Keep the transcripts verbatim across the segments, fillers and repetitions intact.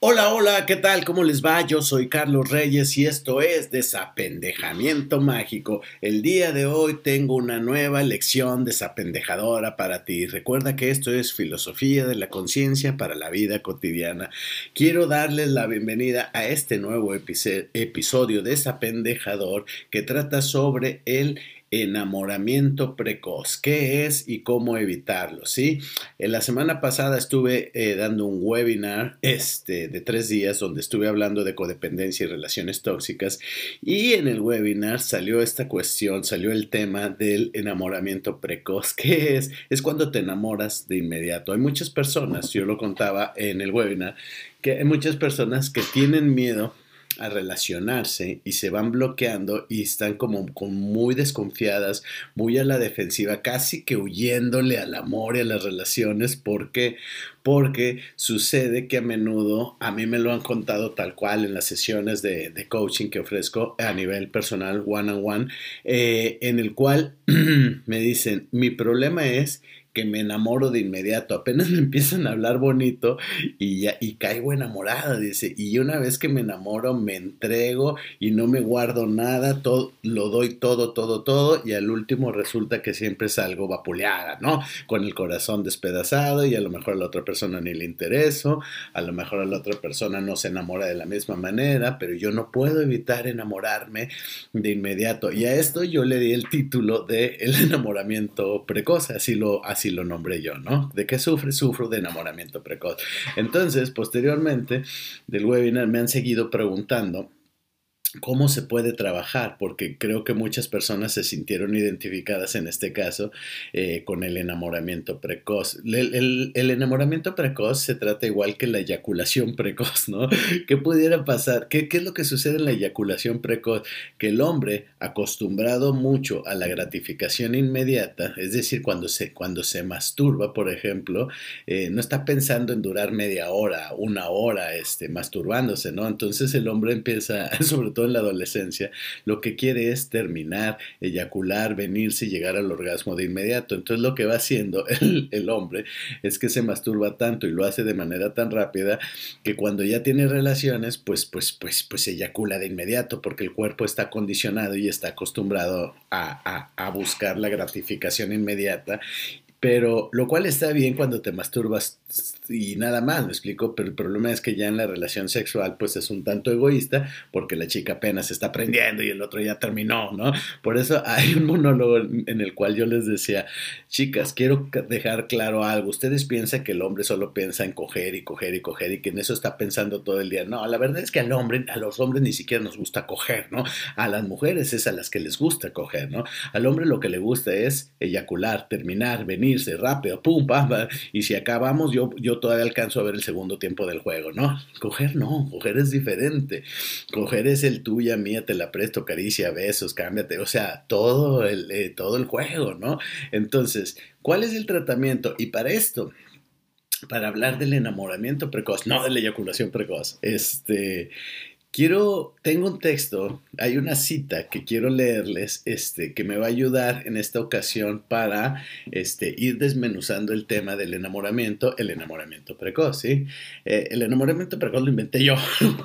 Hola, hola, ¿qué tal? ¿Cómo les va? Yo soy Carlos Reyes y esto es Desapendejamiento Mágico. El día de hoy tengo una nueva lección desapendejadora para ti. Recuerda que esto es filosofía de la conciencia para la vida cotidiana. Quiero darles la bienvenida a este nuevo episodio desapendejador que trata sobre el enamoramiento precoz, qué es y cómo evitarlo, ¿sí? En la semana pasada estuve eh, dando un webinar este, de tres días donde estuve hablando de codependencia y relaciones tóxicas y en el webinar salió esta cuestión, salió el tema del enamoramiento precoz. ¿Qué es? Es cuando te enamoras de inmediato. Hay muchas personas, yo lo contaba en el webinar, que hay muchas personas que tienen miedo a relacionarse y se van bloqueando y están como, como muy desconfiadas, muy a la defensiva, casi que huyéndole al amor y a las relaciones. ¿Por qué? Porque sucede que a menudo, a mí me lo han contado tal cual en las sesiones de, de coaching que ofrezco a nivel personal, one on one, eh, en el cual me dicen, mi problema es que me enamoro de inmediato, apenas me empiezan a hablar bonito y ya y caigo enamorada, dice, y una vez que me enamoro me entrego y no me guardo nada, todo, lo doy todo, todo, todo y al último resulta que siempre salgo vapuleada, ¿no? Con el corazón despedazado y a lo mejor a la otra persona ni le intereso, a lo mejor a la otra persona no se enamora de la misma manera, pero yo no puedo evitar enamorarme de inmediato y a esto yo le di el título de el enamoramiento precoz, así lo, así lo nombré yo, ¿no? ¿De qué sufre? Sufro de enamoramiento precoz. Entonces, posteriormente del webinar me han seguido preguntando ¿cómo se puede trabajar? Porque creo que muchas personas se sintieron identificadas en este caso eh, con el enamoramiento precoz. El, el, el, enamoramiento precoz se trata igual que la eyaculación precoz, ¿no? ¿Qué pudiera pasar? ¿Qué, ¿Qué es lo que sucede en la eyaculación precoz? Que el hombre, acostumbrado mucho a la gratificación inmediata, es decir, cuando se, cuando se masturba, por ejemplo, eh, no está pensando en durar media hora, una hora este, masturbándose, ¿no? Entonces el hombre empieza, sobre todo en la adolescencia, lo que quiere es terminar, eyacular, venirse y llegar al orgasmo de inmediato. Entonces lo que va haciendo el, el hombre es que se masturba tanto y lo hace de manera tan rápida que cuando ya tiene relaciones, pues, pues, pues, pues eyacula de inmediato porque el cuerpo está condicionado y está acostumbrado a, a, a buscar la gratificación inmediata, pero lo cual está bien cuando te masturbas y nada más, me explico, pero el problema es que ya en la relación sexual pues es un tanto egoísta porque la chica apenas está aprendiendo y el otro ya terminó, ¿no? Por eso hay un monólogo en el cual yo les decía, chicas, quiero dejar claro algo, ustedes piensan que el hombre solo piensa en coger y coger y coger y que en eso está pensando todo el día. No, la verdad es que al hombre, a los hombres ni siquiera nos gusta coger, ¿no? A las mujeres es a las que les gusta coger, ¿no? Al hombre lo que le gusta es eyacular, terminar, venirse rápido, pum, pam, pam, y si acabamos yo, yo todavía alcanzo a ver el segundo tiempo del juego, ¿no? Coger no, coger es diferente, coger es el tuya, mía, te la presto, caricia, besos, cámbiate, o sea, todo el, eh, todo el juego, ¿no? Entonces, ¿cuál es el tratamiento? Y para esto, para hablar del enamoramiento precoz, no de la eyaculación precoz, este, quiero, tengo un texto, hay una cita que quiero leerles, este, que me va a ayudar en esta ocasión para, este, ir desmenuzando el tema del enamoramiento, el enamoramiento precoz, ¿sí? Eh, el enamoramiento precoz lo inventé yo,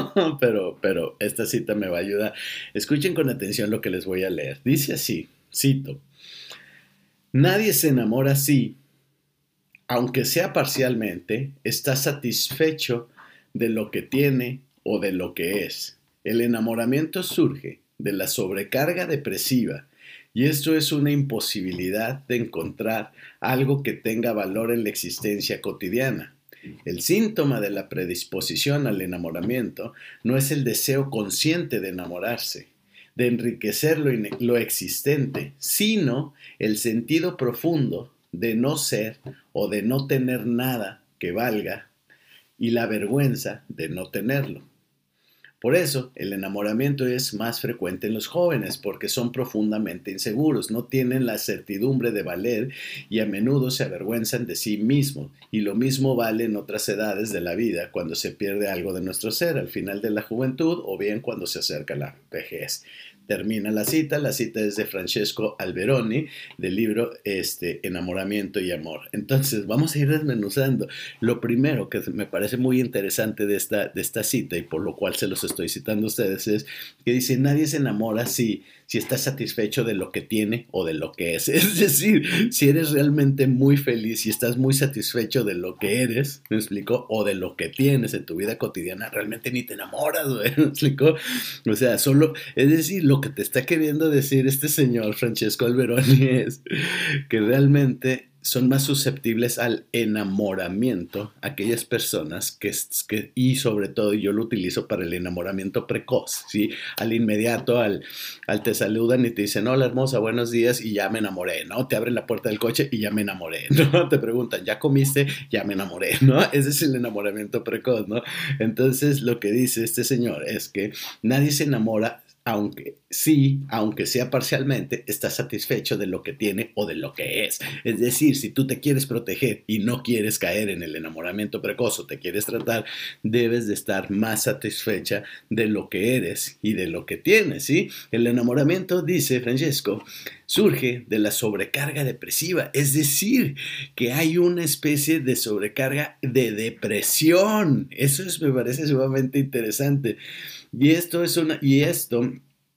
pero, pero esta cita me va a ayudar. Escuchen con atención lo que les voy a leer. Dice así, cito, nadie se enamora así, aunque sea parcialmente, está satisfecho de lo que tiene o de lo que es. El enamoramiento surge de la sobrecarga depresiva y esto es una imposibilidad de encontrar algo que tenga valor en la existencia cotidiana. El síntoma de la predisposición al enamoramiento no es el deseo consciente de enamorarse, de enriquecer lo, lo existente, sino el sentido profundo de no ser o de no tener nada que valga y la vergüenza de no tenerlo. Por eso, el enamoramiento es más frecuente en los jóvenes, porque son profundamente inseguros, no tienen la certidumbre de valer y a menudo se avergüenzan de sí mismos. Y lo mismo vale en otras edades de la vida, cuando se pierde algo de nuestro ser, al final de la juventud o bien cuando se acerca la vejez. termina la cita. La cita es de Francesco Alberoni, del libro este, Enamoramiento y Amor. Entonces, vamos a ir desmenuzando. Lo primero que me parece muy interesante de esta, de esta cita, y por lo cual se los estoy citando a ustedes, es que dice, nadie se enamora si, si está satisfecho de lo que tiene o de lo que es. Es decir, si eres realmente muy feliz y estás muy satisfecho de lo que eres, ¿me explico? O de lo que tienes en tu vida cotidiana, realmente ni te enamoras, güey, ¿me explico? O sea, solo, es decir, lo que te está queriendo decir este señor Francesco Alberoni es que realmente son más susceptibles al enamoramiento aquellas personas que, que, y sobre todo yo lo utilizo para el enamoramiento precoz, ¿sí? Al inmediato, al, al te saludan y te dicen, hola hermosa, buenos días, y ya me enamoré, ¿no? Te abren la puerta del coche y ya me enamoré, ¿no? Te preguntan, ¿ya comiste? Ya me enamoré, ¿no? Ese es el enamoramiento precoz, ¿no? Entonces lo que dice este señor es que nadie se enamora, aunque sí, aunque sea parcialmente, está satisfecho de lo que tiene o de lo que es. Es decir, si tú te quieres proteger y no quieres caer en el enamoramiento precoz o te quieres tratar, debes de estar más satisfecha de lo que eres y de lo que tienes, ¿sí? El enamoramiento, dice Francesco, surge de la sobrecarga depresiva, es decir, que hay una especie de sobrecarga de depresión. Eso es, me parece sumamente interesante. Y esto es una, y esto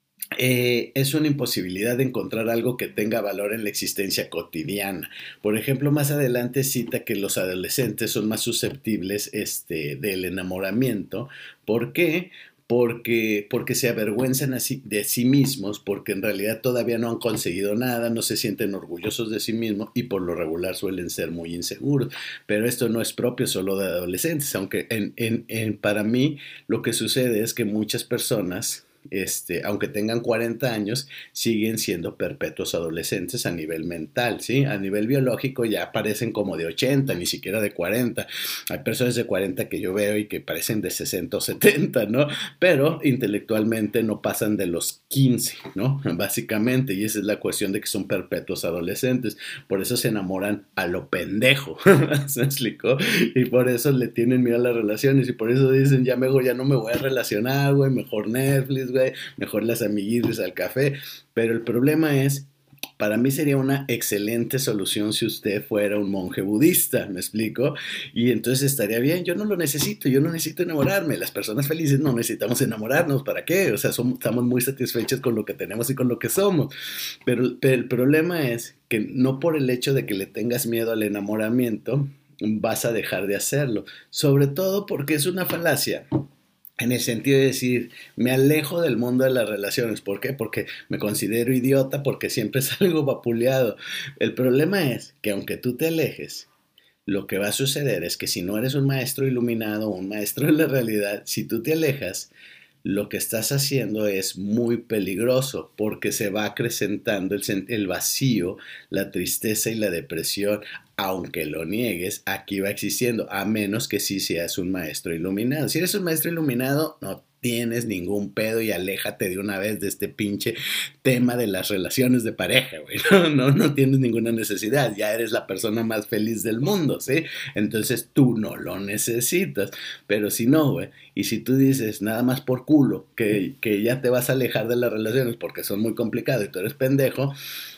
eh, es una imposibilidad de encontrar algo que tenga valor en la existencia cotidiana. Por ejemplo, más adelante cita que los adolescentes son más susceptibles este, del enamoramiento. ¿Por qué? Porque, porque se avergüenzan así de sí mismos, porque en realidad todavía no han conseguido nada, no se sienten orgullosos de sí mismos y por lo regular suelen ser muy inseguros. Pero esto no es propio solo de adolescentes, aunque en, en, en, para mí lo que sucede es que muchas personas, Este, aunque tengan cuarenta años, siguen siendo perpetuos adolescentes a nivel mental, ¿sí? A nivel biológico ya parecen como de ochenta, ni siquiera de cuarenta. Hay personas de cuarenta que yo veo y que parecen de sesenta o setenta, ¿no? Pero intelectualmente no pasan de los quince, ¿no? Básicamente, y esa es la cuestión de que son perpetuos adolescentes. Por eso se enamoran a lo pendejo, ¿se explicó? Y por eso le tienen miedo a las relaciones y por eso dicen, ya, mejor ya no me voy a relacionar, güey, mejor Netflix, güey, mejor las amiguitas al café. Pero el problema es, para mí sería una excelente solución si usted fuera un monje budista, ¿me explico? Y entonces estaría bien, yo no lo necesito, yo no necesito enamorarme. Las personas felices no necesitamos enamorarnos, ¿para qué? O sea, somos, estamos muy satisfechos con lo que tenemos y con lo que somos. Pero, pero el problema es que no por el hecho de que le tengas miedo al enamoramiento, vas a dejar de hacerlo. Sobre todo porque es una falacia. En el sentido de decir, me alejo del mundo de las relaciones. ¿Por qué? Porque me considero idiota, porque siempre salgo vapuleado. El problema es que aunque tú te alejes, lo que va a suceder es que si no eres un maestro iluminado, un maestro de la realidad, si tú te alejas, lo que estás haciendo es muy peligroso porque se va acrecentando el, el vacío, la tristeza y la depresión. Aunque lo niegues, aquí va existiendo, a menos que sí seas un maestro iluminado. Si eres un maestro iluminado, no tienes ningún pedo y aléjate de una vez de este pinche tema de las relaciones de pareja, güey. No, no, no tienes ninguna necesidad, ya eres la persona más feliz del mundo, ¿sí? Entonces tú no lo necesitas. Pero si no, güey, y si tú dices nada más por culo que, que ya te vas a alejar de las relaciones porque son muy complicadas y tú eres pendejo,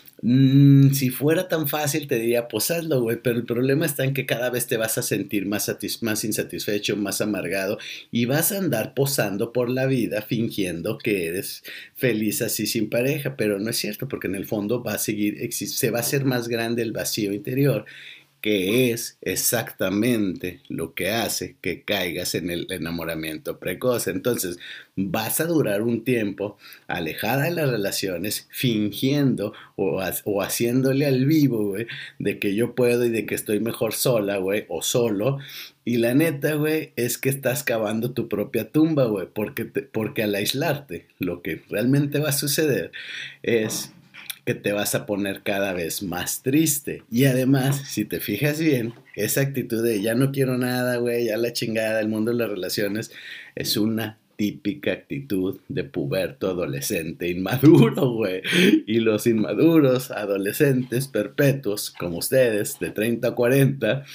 Mm, si fuera tan fácil te diría, pues hazlo, güey, pero el problema está en que cada vez te vas a sentir más, satis más insatisfecho, más amargado y vas a andar posando por la vida fingiendo que eres feliz así sin pareja, pero no es cierto porque en el fondo va a seguir, se va a hacer más grande el vacío interior, que es exactamente lo que hace que caigas en el enamoramiento precoz. Entonces, vas a durar un tiempo alejada de las relaciones, fingiendo o, o haciéndole al vivo, güey, de que yo puedo y de que estoy mejor sola, güey, o solo. Y la neta, güey, es que estás cavando tu propia tumba, güey, porque, te, porque al aislarte, lo que realmente va a suceder es que te vas a poner cada vez más triste. Y además, si te fijas bien, esa actitud de ya no quiero nada, güey, ya la chingada, el mundo de las relaciones, es una típica actitud de puberto adolescente inmaduro, güey. Y los inmaduros adolescentes perpetuos, como ustedes, de treinta a cuarenta,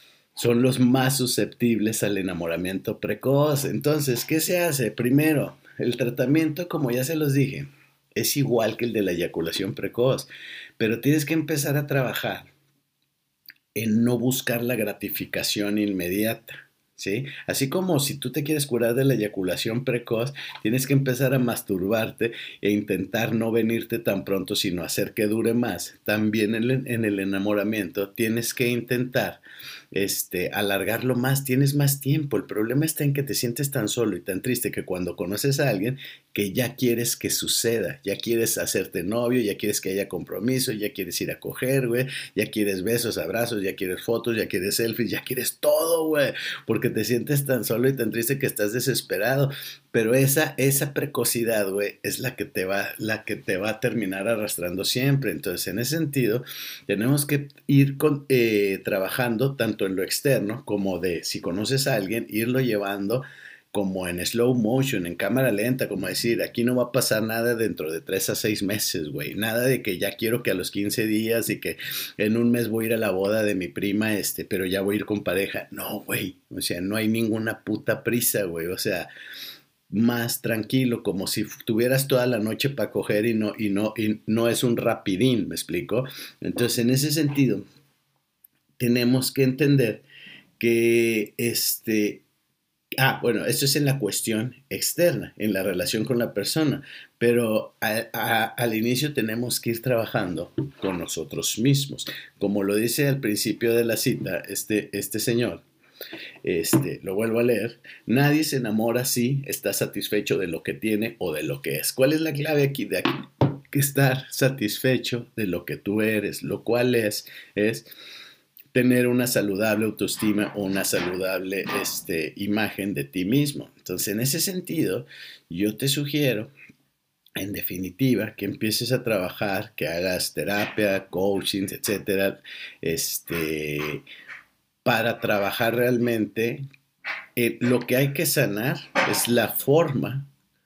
son los más susceptibles al enamoramiento precoz. Entonces, ¿qué se hace? Primero, el tratamiento, como ya se los dije, es igual que el de la eyaculación precoz, pero tienes que empezar a trabajar en no buscar la gratificación inmediata, ¿sí? Así como si tú te quieres curar de la eyaculación precoz, tienes que empezar a masturbarte e intentar no venirte tan pronto, sino hacer que dure más. También en el, en el enamoramiento tienes que intentar este, alargarlo más, tienes más tiempo. El problema está en que te sientes tan solo y tan triste que cuando conoces a alguien que ya quieres que suceda, ya quieres hacerte novio, ya quieres que haya compromiso, ya quieres ir a coger, güey, ya quieres besos, abrazos, ya quieres fotos, ya quieres selfies, ya quieres todo, güey, porque te sientes tan solo y tan triste que estás desesperado. Pero esa, esa precocidad, güey, es la que te va, la que te va a terminar arrastrando siempre. Entonces, en ese sentido, tenemos que ir con, eh, trabajando tanto en lo externo como de si conoces a alguien, irlo llevando como en slow motion, en cámara lenta, como decir, aquí no va a pasar nada dentro de tres a seis meses, güey. Nada de que ya quiero que a los quince días y que en un mes voy a ir a la boda de mi prima, este, pero ya voy a ir con pareja. No, güey. O sea, no hay ninguna puta prisa, güey. O sea, más tranquilo, como si tuvieras toda la noche para coger y no, y no, y no es un rapidín, ¿me explico? Entonces, en ese sentido, tenemos que entender que este, ah, bueno, esto es en la cuestión externa, en la relación con la persona, pero a, a, al inicio tenemos que ir trabajando con nosotros mismos. Como lo dice al principio de la cita este, este señor, este, lo vuelvo a leer, nadie se enamora si está satisfecho de lo que tiene o de lo que es. ¿Cuál es la clave aquí? De aquí, que estar satisfecho de lo que tú eres, lo cual es, es tener una saludable autoestima o una saludable este, imagen de ti mismo. Entonces, en ese sentido, yo te sugiero, en definitiva, que empieces a trabajar, que hagas terapia, coaching, etcétera, este, para trabajar realmente. Eh, lo que hay que sanar es la forma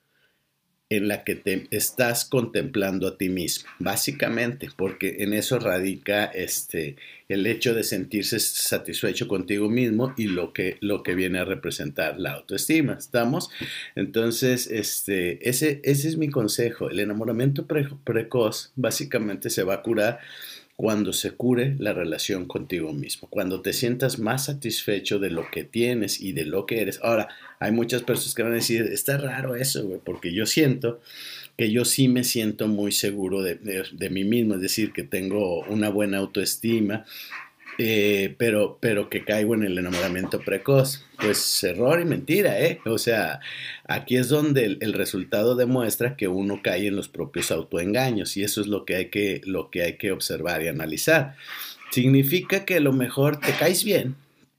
en la que te estás contemplando a ti mismo, básicamente, porque en eso radica este, el hecho de sentirse satisfecho contigo mismo y lo que, lo que viene a representar la autoestima. ¿Estamos? Entonces, este, ese, ese es mi consejo. El enamoramiento pre precoz básicamente se va a curar cuando se cure la relación contigo mismo, cuando te sientas más satisfecho de lo que tienes y de lo que eres. Ahora, hay muchas personas que van a decir, está raro eso, güey, porque yo siento que yo sí me siento muy seguro de, de, de mí mismo, es decir, que tengo una buena autoestima, eh, pero, pero que caigo en el enamoramiento precoz. Pues error y mentira, ¿eh? O sea, aquí es donde el, el resultado demuestra que uno cae en los propios autoengaños y eso es lo que hay que, lo que, hay que observar y analizar. Significa que a lo mejor te caes bien,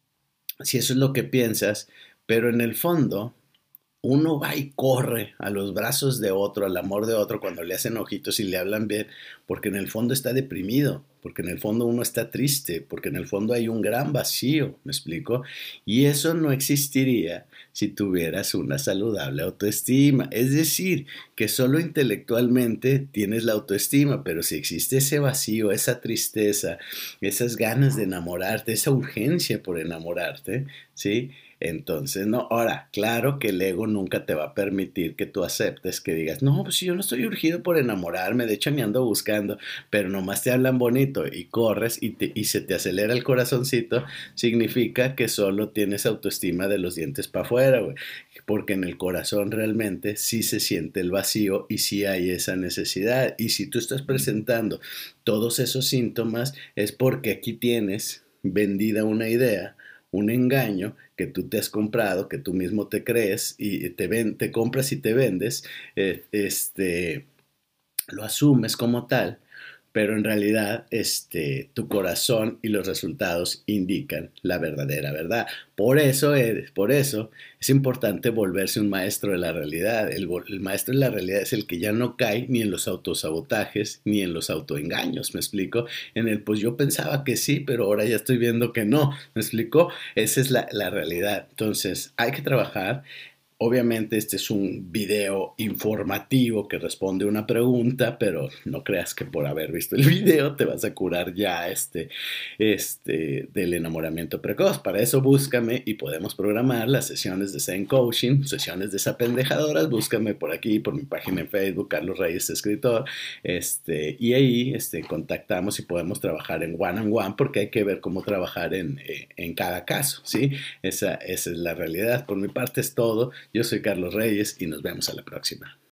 si eso es lo que piensas, pero en el fondo uno va y corre a los brazos de otro, al amor de otro, cuando le hacen ojitos y le hablan bien, porque en el fondo está deprimido, porque en el fondo uno está triste, porque en el fondo hay un gran vacío, ¿me explico? Y eso no existiría si tuvieras una saludable autoestima. Es decir, que solo intelectualmente tienes la autoestima, pero si existe ese vacío, esa tristeza, esas ganas de enamorarte, esa urgencia por enamorarte, ¿sí? Entonces, no, ahora, claro que el ego nunca te va a permitir que tú aceptes, que digas, no, pues yo no estoy urgido por enamorarme, de hecho ni ando buscando, pero nomás te hablan bonito y corres y, te, y se te acelera el corazoncito, significa que solo tienes autoestima de los dientes para afuera, güey, porque en el corazón realmente sí se siente el vacío y sí hay esa necesidad. Y si tú estás presentando todos esos síntomas, es porque aquí tienes vendida una idea, un engaño que tú te has comprado, que tú mismo te crees y te, ven, te compras y te vendes, eh, este, lo asumes como tal, pero en realidad este, tu corazón y los resultados indican la verdadera verdad. Por eso, es, por eso es importante volverse un maestro de la realidad. El, el maestro de la realidad es el que ya no cae ni en los autosabotajes ni en los autoengaños, ¿me explico? En el, pues yo pensaba que sí, pero ahora ya estoy viendo que no, ¿me explico? Esa es la, la realidad. Entonces, hay que trabajar. obviamente este es un video informativo que responde una pregunta, pero no creas que por haber visto el video te vas a curar ya este, este, del enamoramiento precoz. Para eso búscame y podemos programar las sesiones de Zen Coaching, sesiones desapendejadoras. Búscame por aquí, por mi página en Facebook, Carlos Reyes Escritor, este, y ahí este, contactamos y podemos trabajar en one on one, porque hay que ver cómo trabajar en, en cada caso, ¿sí? Esa, esa es la realidad. Por mi parte es todo. Yo soy Carlos Reyes y nos vemos a la próxima.